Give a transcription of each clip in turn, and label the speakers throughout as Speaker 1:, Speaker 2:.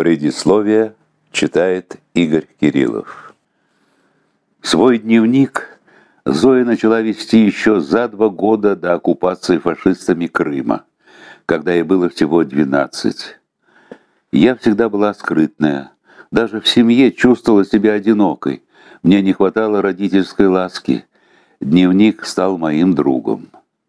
Speaker 1: Предисловие читает Игорь Кириллов. Свой дневник Зоя начала вести еще за 2 года до оккупации фашистами Крыма, когда ей было всего 12. Я всегда была скрытная, даже в семье чувствовала себя одинокой, мне не хватало родительской ласки. Дневник стал моим другом.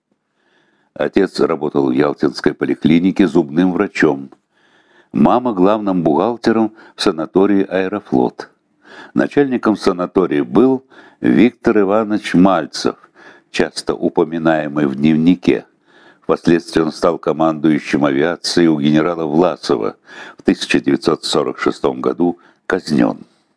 Speaker 1: Отец работал в Ялтинской поликлинике зубным врачом. Мама главным бухгалтером в санатории «Аэрофлот». Начальником санатория был Виктор Иванович Мальцев, часто упоминаемый в дневнике. Впоследствии он стал командующим авиацией у генерала Власова. В 1946 году казнен.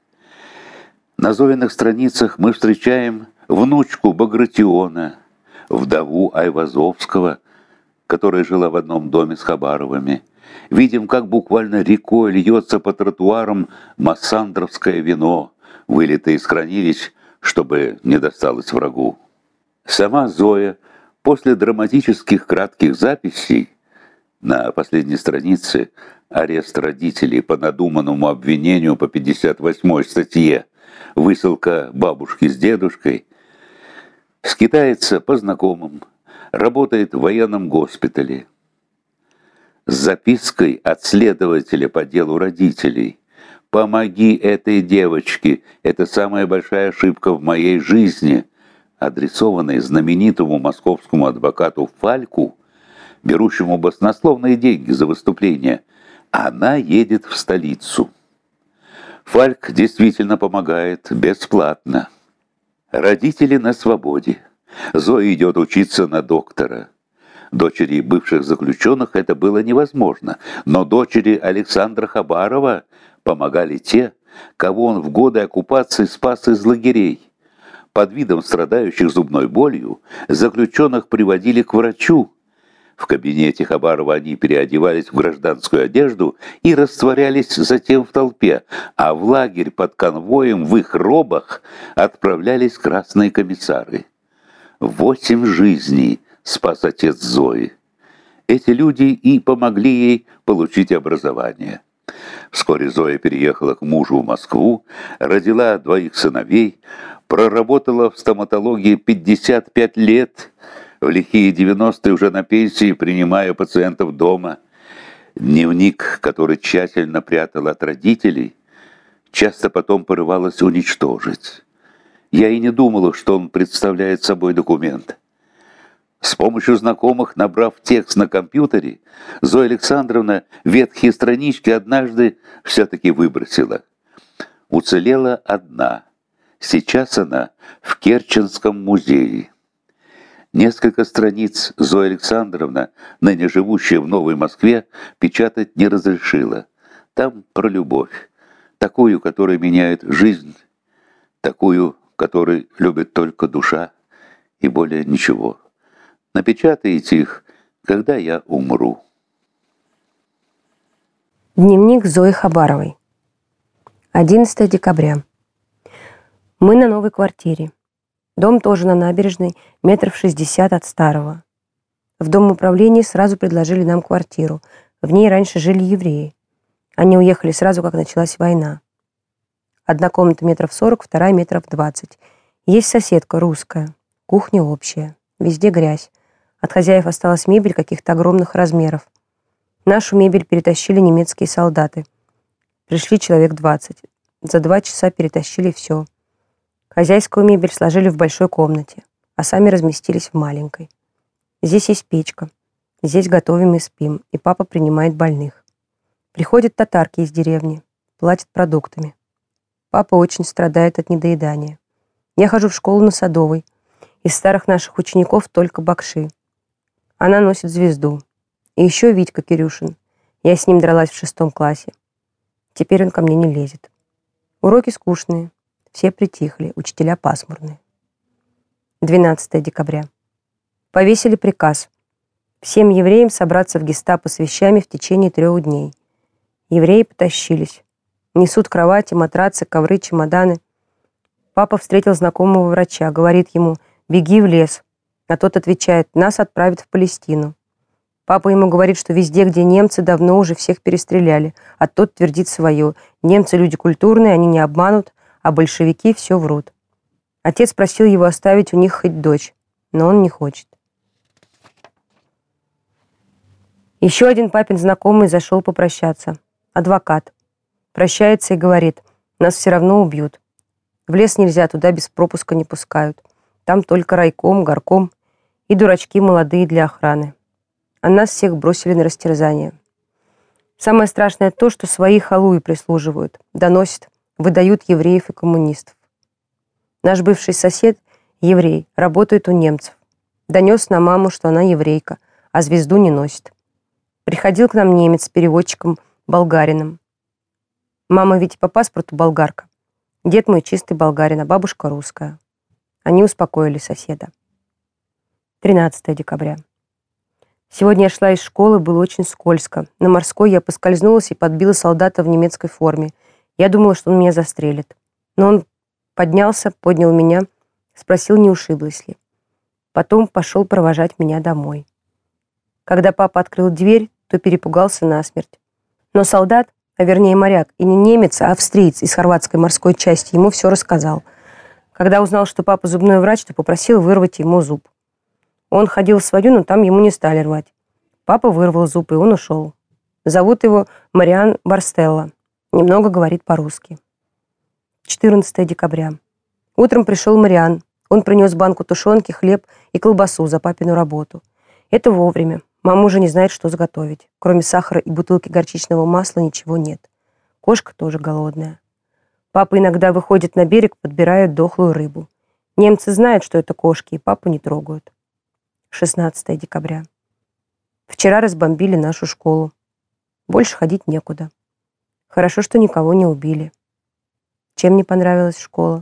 Speaker 1: На Зоиных страницах мы встречаем внучку Багратиона, вдову Айвазовского, которая жила в одном доме с Хабаровыми. Видим, как буквально рекой льется по тротуарам массандровское вино, вылитое из хранилищ, чтобы не досталось врагу. Сама Зоя после драматических кратких записей на последней странице арест родителей по надуманному обвинению по 58-й статье, высылка бабушки с дедушкой, скитается по знакомым, работает в военном госпитале. С запиской от следователя по делу родителей: «Помоги этой девочке, это самая большая ошибка в моей жизни», адресованной знаменитому московскому адвокату Фальку, берущему баснословные деньги за выступление. Она едет в столицу. Фальк действительно помогает бесплатно. Родители на свободе. Зоя идет учиться на доктора. Дочери бывших заключенных это было невозможно, но дочери Александра Хабарова помогали те, кого он в годы оккупации спас из лагерей. Под видом страдающих зубной болью заключенных приводили к врачу. В кабинете Хабарова они переодевались в гражданскую одежду и растворялись затем в толпе, а в лагерь под конвоем в их робах отправлялись красные комиссары. 8 жизней спас отец Зои. Эти люди и помогли ей получить образование. Вскоре Зоя переехала к мужу в Москву, родила 2 сыновей, проработала в стоматологии 55 лет, в лихие 90-е уже на пенсии, принимая пациентов дома. Дневник, который тщательно прятала от родителей, часто потом порывалась уничтожить. Я и не думала, что он представляет собой документ. С помощью знакомых, набрав текст на компьютере, Зоя Александровна ветхие странички однажды все-таки выбросила. Уцелела одна. Сейчас она в Керченском музее. Несколько страниц Зоя Александровна, ныне живущая в Новой Москве, печатать не разрешила. Там про любовь. Такую, которая меняет жизнь. Такую, которой любит только душа и более ничего. Напечатайте их, когда я умру.
Speaker 2: Дневник Зои Хабаровой. 11 декабря. Мы на новой квартире. Дом тоже на набережной, 60 от старого. В дом управления сразу предложили нам квартиру. В ней раньше жили евреи. Они уехали сразу, как началась война. Одна комната 40 метров, вторая 20 метров. Есть соседка русская. Кухня общая. Везде грязь. От хозяев осталась мебель каких-то огромных размеров. Нашу мебель перетащили немецкие солдаты. Пришли человек 20. За 2 часа перетащили все. Хозяйскую мебель сложили в большой комнате, а сами разместились в маленькой. Здесь есть печка. Здесь готовим и спим, и папа принимает больных. Приходят татарки из деревни, платят продуктами. Папа очень страдает от недоедания. Я хожу в школу на Садовой. Из старых наших учеников только Бакши. Она носит звезду. И еще Витька Кирюшин. Я с ним дралась в 6 классе. Теперь он ко мне не лезет. Уроки скучные. Все притихли, учителя пасмурные. 12 декабря. Повесили приказ. Всем евреям собраться в гестапо с вещами в течение 3 дней. Евреи потащились. Несут кровати, матрацы, ковры, чемоданы. Папа встретил знакомого врача, говорит ему: «Беги в лес». А тот отвечает: «Нас отправят в Палестину». Папа ему говорит, что везде, где немцы, давно уже всех перестреляли, а тот твердит свое. Немцы люди культурные, они не обманут, а большевики все врут. Отец просил его оставить у них хоть дочь, но он не хочет. Еще один папин знакомый зашел попрощаться. Адвокат. Прощается и говорит: нас все равно убьют. В лес нельзя, туда без пропуска не пускают. Там только райком, горком и дурачки молодые для охраны. А нас всех бросили на растерзание. Самое страшное то, что свои халуи прислуживают, доносят, выдают евреев и коммунистов. Наш бывший сосед, еврей, работает у немцев. Донес на маму, что она еврейка, а звезду не носит. Приходил к нам немец с переводчиком-болгарином. Мама ведь по паспорту болгарка. Дед мой чистый болгарин, а бабушка русская. Они успокоили соседа. 13 декабря. Сегодня я шла из школы, было очень скользко. На Морской я поскользнулась и подбила солдата в немецкой форме. Я думала, что он меня застрелит. Но он поднялся, поднял меня, спросил, не ушиблась ли. Потом пошел провожать меня домой. Когда папа открыл дверь, то перепугался насмерть. Но солдат, а вернее моряк, и не немец, а австриец из хорватской морской части, ему все рассказал. Когда узнал, что папа зубной врач, то попросил вырвать ему зуб. Он ходил в свою, но там ему не стали рвать. Папа вырвал зуб, и он ушел. Зовут его Мариан Барстелло. Немного говорит по-русски. 14 декабря. Утром пришел Мариан. Он принес банку тушенки, хлеб и колбасу за папину работу. Это вовремя. Мама уже не знает, что заготовить. Кроме сахара и бутылки горчичного масла ничего нет. Кошка тоже голодная. Папа иногда выходит на берег, подбирает дохлую рыбу. Немцы знают, что это кошки, и папу не трогают. 16 декабря. Вчера разбомбили нашу школу. Больше ходить некуда. Хорошо, что никого не убили. Чем не понравилась школа?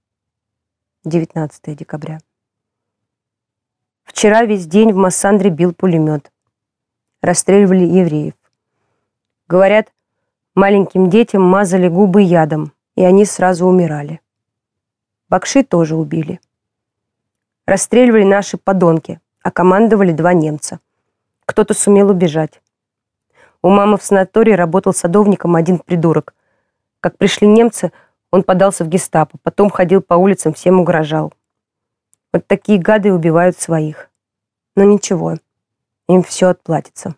Speaker 2: 19 декабря. Вчера весь день в Массандре бил пулемет. Расстреливали евреев. Говорят, маленьким детям мазали губы ядом, и они сразу умирали. Бакши тоже убили. Расстреливали наши подонки, а командовали 2 немца. Кто-то сумел убежать. У мамы в санатории работал садовником один придурок. Как пришли немцы, он подался в гестапо, потом ходил по улицам, всем угрожал. Вот такие гады убивают своих. Но ничего, им все отплатится.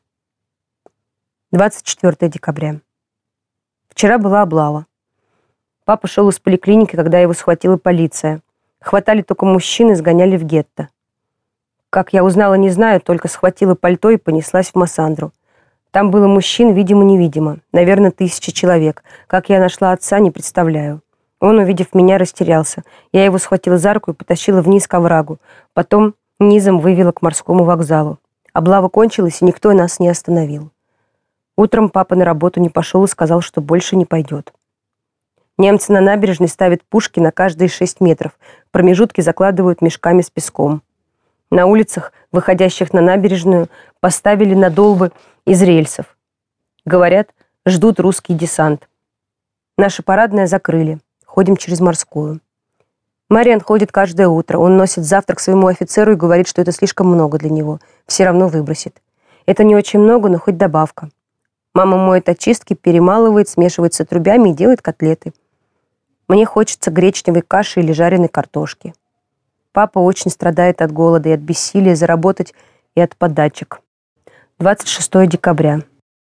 Speaker 2: 24 декабря. Вчера была облава. Папа шел из поликлиники, когда его схватила полиция. Хватали только мужчин и сгоняли в гетто. Как я узнала, не знаю, только схватила пальто и понеслась в Массандру. Там было мужчин, видимо-невидимо, наверное, 1000 человек. Как я нашла отца, не представляю. Он, увидев меня, растерялся. Я его схватила за руку и потащила вниз к оврагу. Потом низом вывела к морскому вокзалу. Облава кончилась, и никто нас не остановил. Утром папа на работу не пошел и сказал, что больше не пойдет. Немцы на набережной ставят пушки на каждые 6 метров. Промежутки закладывают мешками с песком. На улицах, выходящих на набережную, поставили надолбы из рельсов. Говорят, ждут русский десант. Наше парадное закрыли. Ходим через морскую. Мариан ходит каждое утро. Он носит завтрак своему офицеру и говорит, что это слишком много для него. Все равно выбросит. Это не очень много, но хоть добавка. Мама моет очистки, перемалывает, смешивает с отрубями и делает котлеты. Мне хочется гречневой каши или жареной картошки. Папа очень страдает от голода и от бессилия заработать и от подачек. 26 декабря.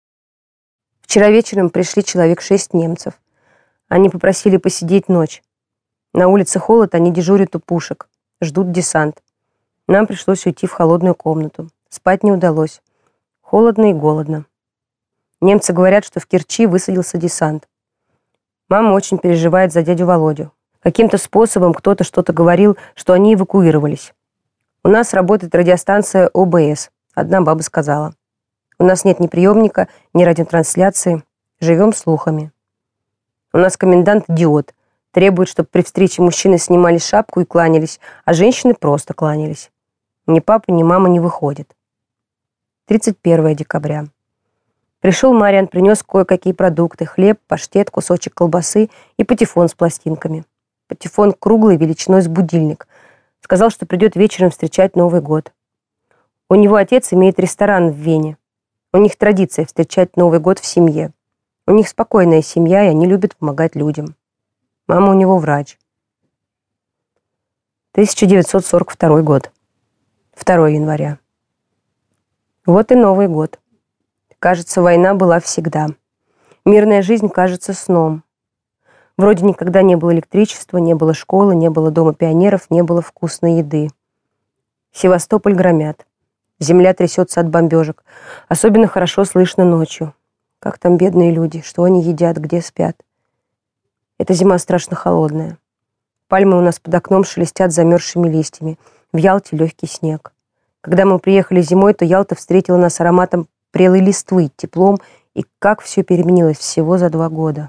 Speaker 2: Вчера вечером пришли человек 6 немцев. Они попросили посидеть ночь. На улице холод, они дежурят у пушек. Ждут десант. Нам пришлось уйти в холодную комнату. Спать не удалось. Холодно и голодно. Немцы говорят, что в Керчи высадился десант. Мама очень переживает за дядю Володю. Каким-то способом кто-то что-то говорил, что они эвакуировались. У нас работает радиостанция ОБС. Одна баба сказала. У нас нет ни приемника, ни радиотрансляции. Живем слухами. У нас комендант идиот. Требует, чтобы при встрече мужчины снимали шапку и кланялись, а женщины просто кланялись. Ни папа, ни мама не выходят. 31 декабря. Пришел Мариан, принес кое-какие продукты: хлеб, паштет, кусочек колбасы и патефон с пластинками. Патефон круглый, величиной с будильник. Сказал, что придет вечером встречать Новый год. У него отец имеет ресторан в Вене. У них традиция встречать Новый год в семье. У них спокойная семья, и они любят помогать людям. Мама у него врач. 1942 год. 2 января. Вот и Новый год. Кажется, война была всегда. Мирная жизнь кажется сном. Вроде никогда не было электричества, не было школы, не было дома пионеров, не было вкусной еды. Севастополь громят. Земля трясется от бомбежек. Особенно хорошо слышно ночью. Как там бедные люди, что они едят, где спят. Эта зима страшно холодная. Пальмы у нас под окном шелестят замерзшими листьями. В Ялте легкий снег. Когда мы приехали зимой, то Ялта встретила нас ароматом прелой листвы, теплом, и как все переменилось всего за 2 года.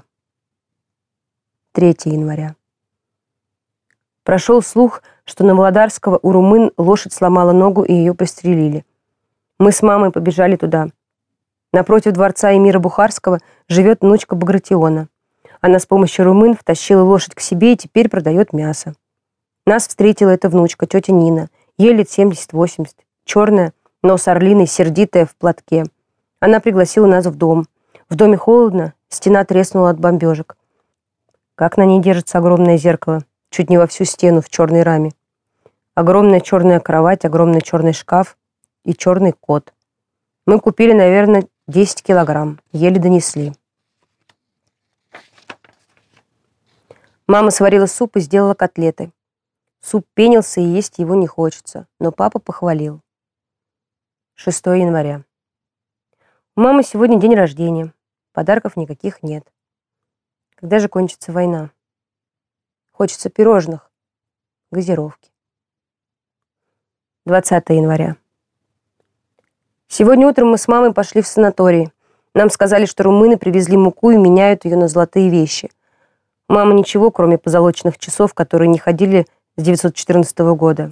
Speaker 2: 3 января. Прошел слух, что на Володарского у румын лошадь сломала ногу и ее пристрелили. Мы с мамой побежали туда. Напротив дворца эмира Бухарского живет внучка Багратиона. Она с помощью румын втащила лошадь к себе и теперь продает мясо. Нас встретила эта внучка, тетя Нина. Ей лет 70-80. Черная, но с орлиной, сердитая, в платке. Она пригласила нас в дом. В доме холодно, стена треснула от бомбежек. Как на ней держится огромное зеркало, чуть не во всю стену в черной раме. Огромная черная кровать, огромный черный шкаф и черный кот. Мы купили, наверное, 10 килограмм, еле донесли. Мама сварила суп и сделала котлеты. Суп пенился, и есть его не хочется, но папа похвалил. 6 января. У мамы сегодня день рождения. Подарков никаких нет. Когда же кончится война? Хочется пирожных, газировки. 20 января. Сегодня утром мы с мамой пошли в санаторий. Нам сказали, что румыны привезли муку и меняют ее на золотые вещи. Мама ничего, кроме позолоченных часов, которые не ходили с 914 года.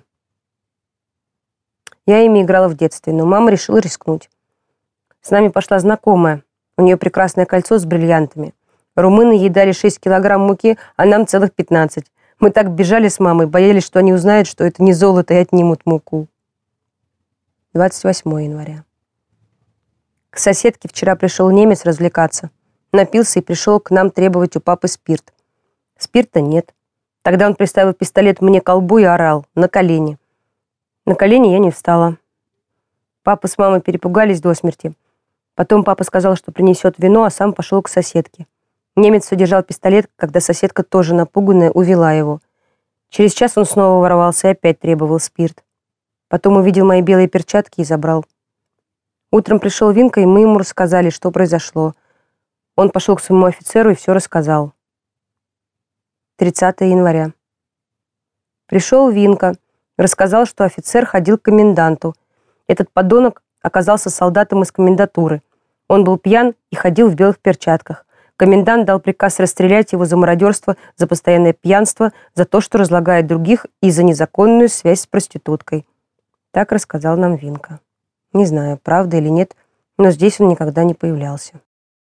Speaker 2: Я ими играла в детстве, но мама решила рискнуть. С нами пошла знакомая. У нее прекрасное кольцо с бриллиантами. Румыны ей дали 6 килограмм муки, а нам целых 15. Мы так бежали с мамой, боялись, что они узнают, что это не золото, и отнимут муку. 28 января. К соседке вчера пришел немец развлекаться. Напился и пришел к нам требовать у папы спирт. Спирта нет. Тогда он приставил пистолет мне к колбу и орал: на колени. На колени я не встала. Папа с мамой перепугались до смерти. Потом папа сказал, что принесет вино, а сам пошел к соседке. Немец все держал пистолет, когда соседка, тоже напуганная, увела его. Через час он снова ворвался и опять требовал спирт. Потом увидел мои белые перчатки и забрал. Утром пришел Винка, и мы ему рассказали, что произошло. Он пошел к своему офицеру и все рассказал. 30 января. Пришел Винка, рассказал, что офицер ходил к коменданту. Этот подонок оказался солдатом из комендатуры. Он был пьян и ходил в белых перчатках. Комендант дал приказ расстрелять его за мародерство, за постоянное пьянство, за то, что разлагает других, и за незаконную связь с проституткой. Так рассказал нам Винка. Не знаю, правда или нет, но здесь он никогда не появлялся.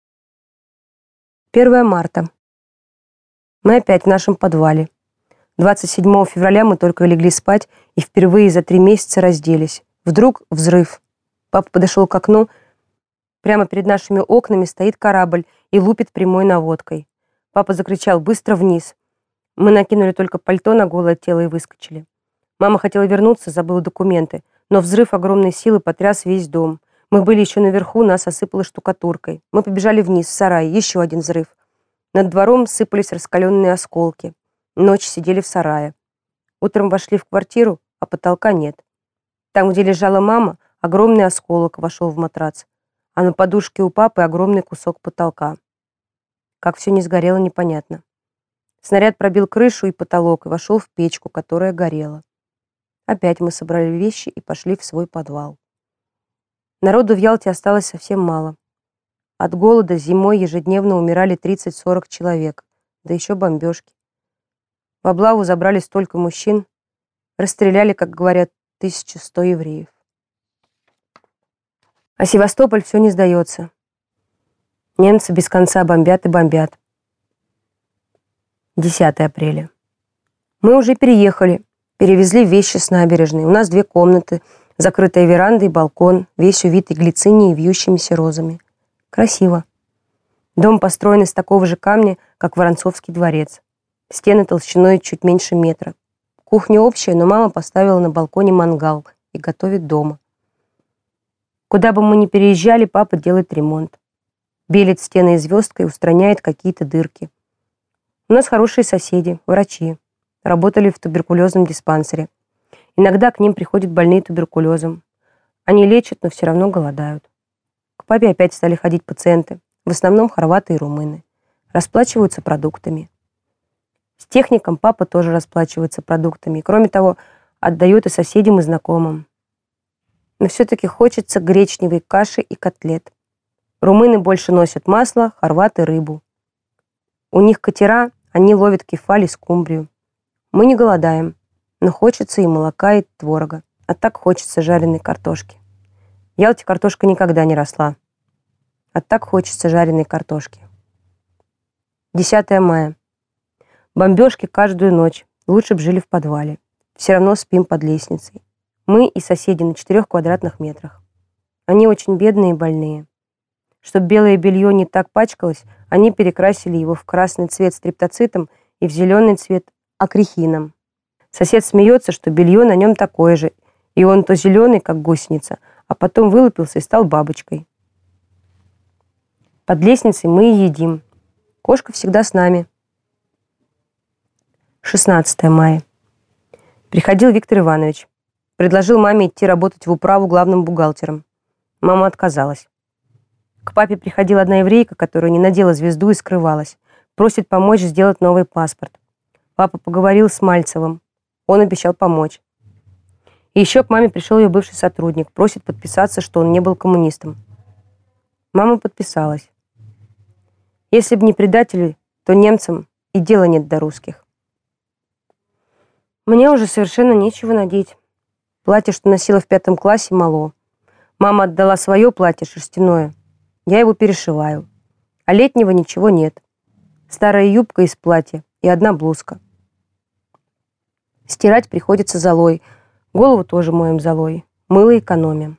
Speaker 2: 1 марта. Мы опять в нашем подвале. 27 февраля мы только легли спать и впервые за 3 месяца разделись. Вдруг взрыв. Папа подошел к окну. Прямо перед нашими окнами стоит корабль и лупит прямой наводкой. Папа закричал: «Быстро вниз!» Мы накинули только пальто на голое тело и выскочили. Мама хотела вернуться, забыла документы, но взрыв огромной силы потряс весь дом. Мы были еще наверху, нас осыпало штукатуркой. Мы побежали вниз, в сарай, еще один взрыв. Над двором сыпались раскаленные осколки. Ночь сидели в сарае. Утром вошли в квартиру, а потолка нет. Там, где лежала мама, огромный осколок вошел в матрац, а на подушке у папы огромный кусок потолка. Как все не сгорело, непонятно. Снаряд пробил крышу и потолок и вошел в печку, которая горела. Опять мы собрали вещи и пошли в свой подвал. Народу в Ялте осталось совсем мало. От голода зимой ежедневно умирали 30-40 человек, да еще бомбежки. В облаву забрали столько мужчин, расстреляли, как говорят, 1100 евреев. А Севастополь все не сдается. Немцы без конца бомбят и бомбят. 10 апреля. Мы уже переехали, перевезли вещи с набережной. У нас 2 комнаты, Закрытая веранда и балкон, весь увитый глицинией и вьющимися розами. Красиво. Дом построен из такого же камня, как Воронцовский дворец. Стены толщиной чуть меньше метра. Кухня общая, но мама поставила на балконе мангал и готовит дома. Куда бы мы ни переезжали, папа делает ремонт. Белит стены звездкой, устраняет какие-то дырки. У нас хорошие соседи, врачи. Работали в туберкулезном диспансере. Иногда к ним приходят больные туберкулезом. Они лечат, но все равно голодают. К папе опять стали ходить пациенты. В основном хорваты и румыны. Расплачиваются продуктами. С техником папа тоже расплачивается продуктами. Кроме того, отдает и соседям, и знакомым. Но все-таки хочется гречневой каши и котлет. Румыны больше носят масло, хорваты — рыбу. У них катера, они ловят кефаль и скумбрию. Мы не голодаем, но хочется и молока, и творога. А так хочется жареной картошки. В Ялте картошка никогда не росла. А так хочется жареной картошки. 10 мая. Бомбежки каждую ночь. Лучше б жили в подвале. Все равно спим под лестницей. Мы и соседи на 4 квадратных метрах. Они очень бедные и больные. Чтобы белое белье не так пачкалось, они перекрасили его в красный цвет стриптоцитом и в зеленый цвет акрихином. Сосед смеется, что белье на нем такое же, и он то зеленый, как гусеница, а потом вылупился и стал бабочкой. Под лестницей мы и едим. Кошка всегда с нами. 16 мая. Приходил Виктор Иванович. Предложил маме идти работать в управу главным бухгалтером. Мама отказалась. К папе приходила одна еврейка, которая не надела звезду и скрывалась. Просит помочь сделать новый паспорт. Папа поговорил с Мальцевым. Он обещал помочь. И еще к маме пришел ее бывший сотрудник. Просит подписаться, что он не был коммунистом. Мама подписалась. Если бы не предатели, то немцам и дела нет до русских. Мне уже совершенно нечего надеть. Платье, что носила в 5 классе, мало. Мама отдала свое платье шерстяное. Я его перешиваю. А летнего ничего нет. Старая юбка из платья и одна блузка. Стирать приходится золой. Голову тоже моем золой. Мыло экономим.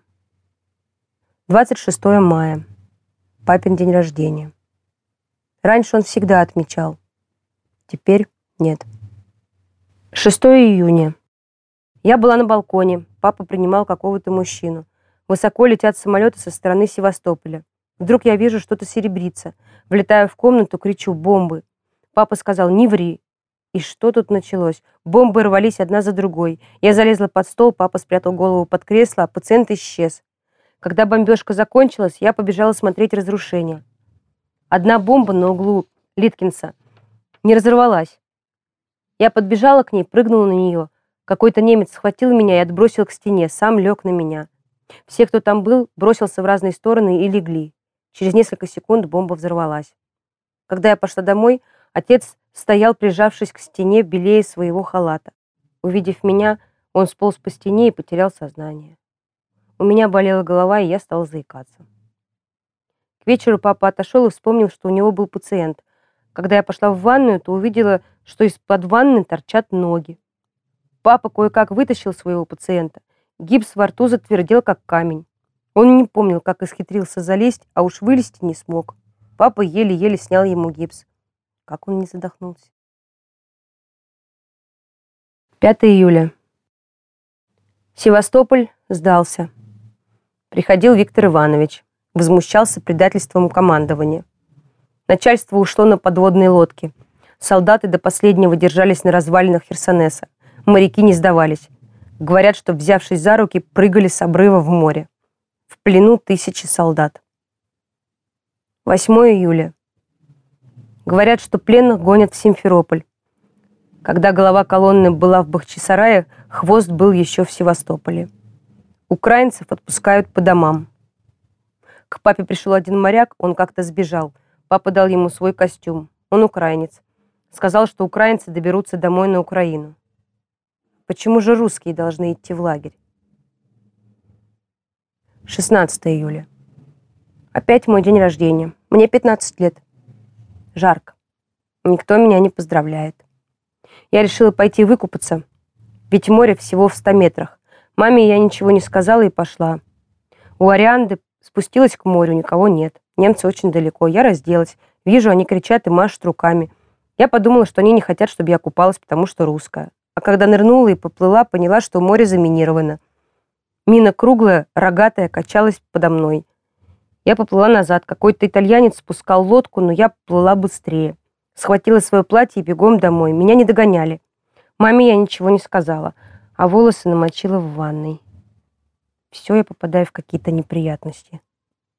Speaker 2: 26 мая. Папин день рождения. Раньше он всегда отмечал. Теперь нет. 6 июня. Я была на балконе. Папа принимал какого-то мужчину. Высоко летят самолеты со стороны Севастополя. Вдруг я вижу, что-то серебрится. Влетаю в комнату, кричу: «Бомбы!» Папа сказал: «Не ври!» И что тут началось? Бомбы рвались одна за другой. Я залезла под стол, папа спрятал голову под кресло, а пациент исчез. Когда бомбежка закончилась, я побежала смотреть разрушения. Одна бомба на углу Литкинса не разорвалась. Я подбежала к ней, прыгнула на нее. Какой-то немец схватил меня и отбросил к стене, сам лег на меня. Все, кто там был, бросился в разные стороны и легли. Через несколько секунд бомба взорвалась. Когда я пошла домой, отец стоял, прижавшись к стене, белее своего халата. Увидев меня, он сполз по стене и потерял сознание. У меня болела голова, и я стала заикаться. К вечеру папа отошел и вспомнил, что у него был пациент. Когда я пошла в ванную, то увидела, что из-под ванны торчат ноги. Папа кое-как вытащил своего пациента. Гипс во рту затвердел, как камень. Он не помнил, как исхитрился залезть, а уж вылезти не смог. Папа еле-еле снял ему гипс. Как он не задохнулся. 5 июля. Севастополь сдался. Приходил Виктор Иванович. Возмущался предательством командования. Начальство ушло на подводные лодки. Солдаты до последнего держались на развалинах Херсонеса. Моряки не сдавались. Говорят, что, взявшись за руки, прыгали с обрыва в море. В плену 1000 солдат. 8 июля. Говорят, что пленных гонят в Симферополь. Когда голова колонны была в Бахчисарае, хвост был еще в Севастополе. Украинцев отпускают по домам. К папе пришел один моряк, он как-то сбежал. Папа дал ему свой костюм. Он украинец. Сказал, что украинцы доберутся домой на Украину. Почему же русские должны идти в лагерь? 16 июля. Опять мой день рождения. Мне 15 лет. Жарко. Никто меня не поздравляет. Я решила пойти выкупаться, ведь море всего в 100 метрах. Маме я ничего не сказала и пошла. У Орианды спустилась к морю, никого нет. Немцы очень далеко. Я разделась. Вижу, они кричат и машут руками. Я подумала, что они не хотят, чтобы я купалась, потому что русская. А когда нырнула и поплыла, поняла, что море заминировано. Мина круглая, рогатая, качалась подо мной. Я поплыла назад. Какой-то итальянец спускал лодку, но я плыла быстрее. Схватила свое платье и бегом домой. Меня не догоняли. Маме я ничего не сказала, а волосы намочила в ванной. Все, я попадаю в какие-то неприятности.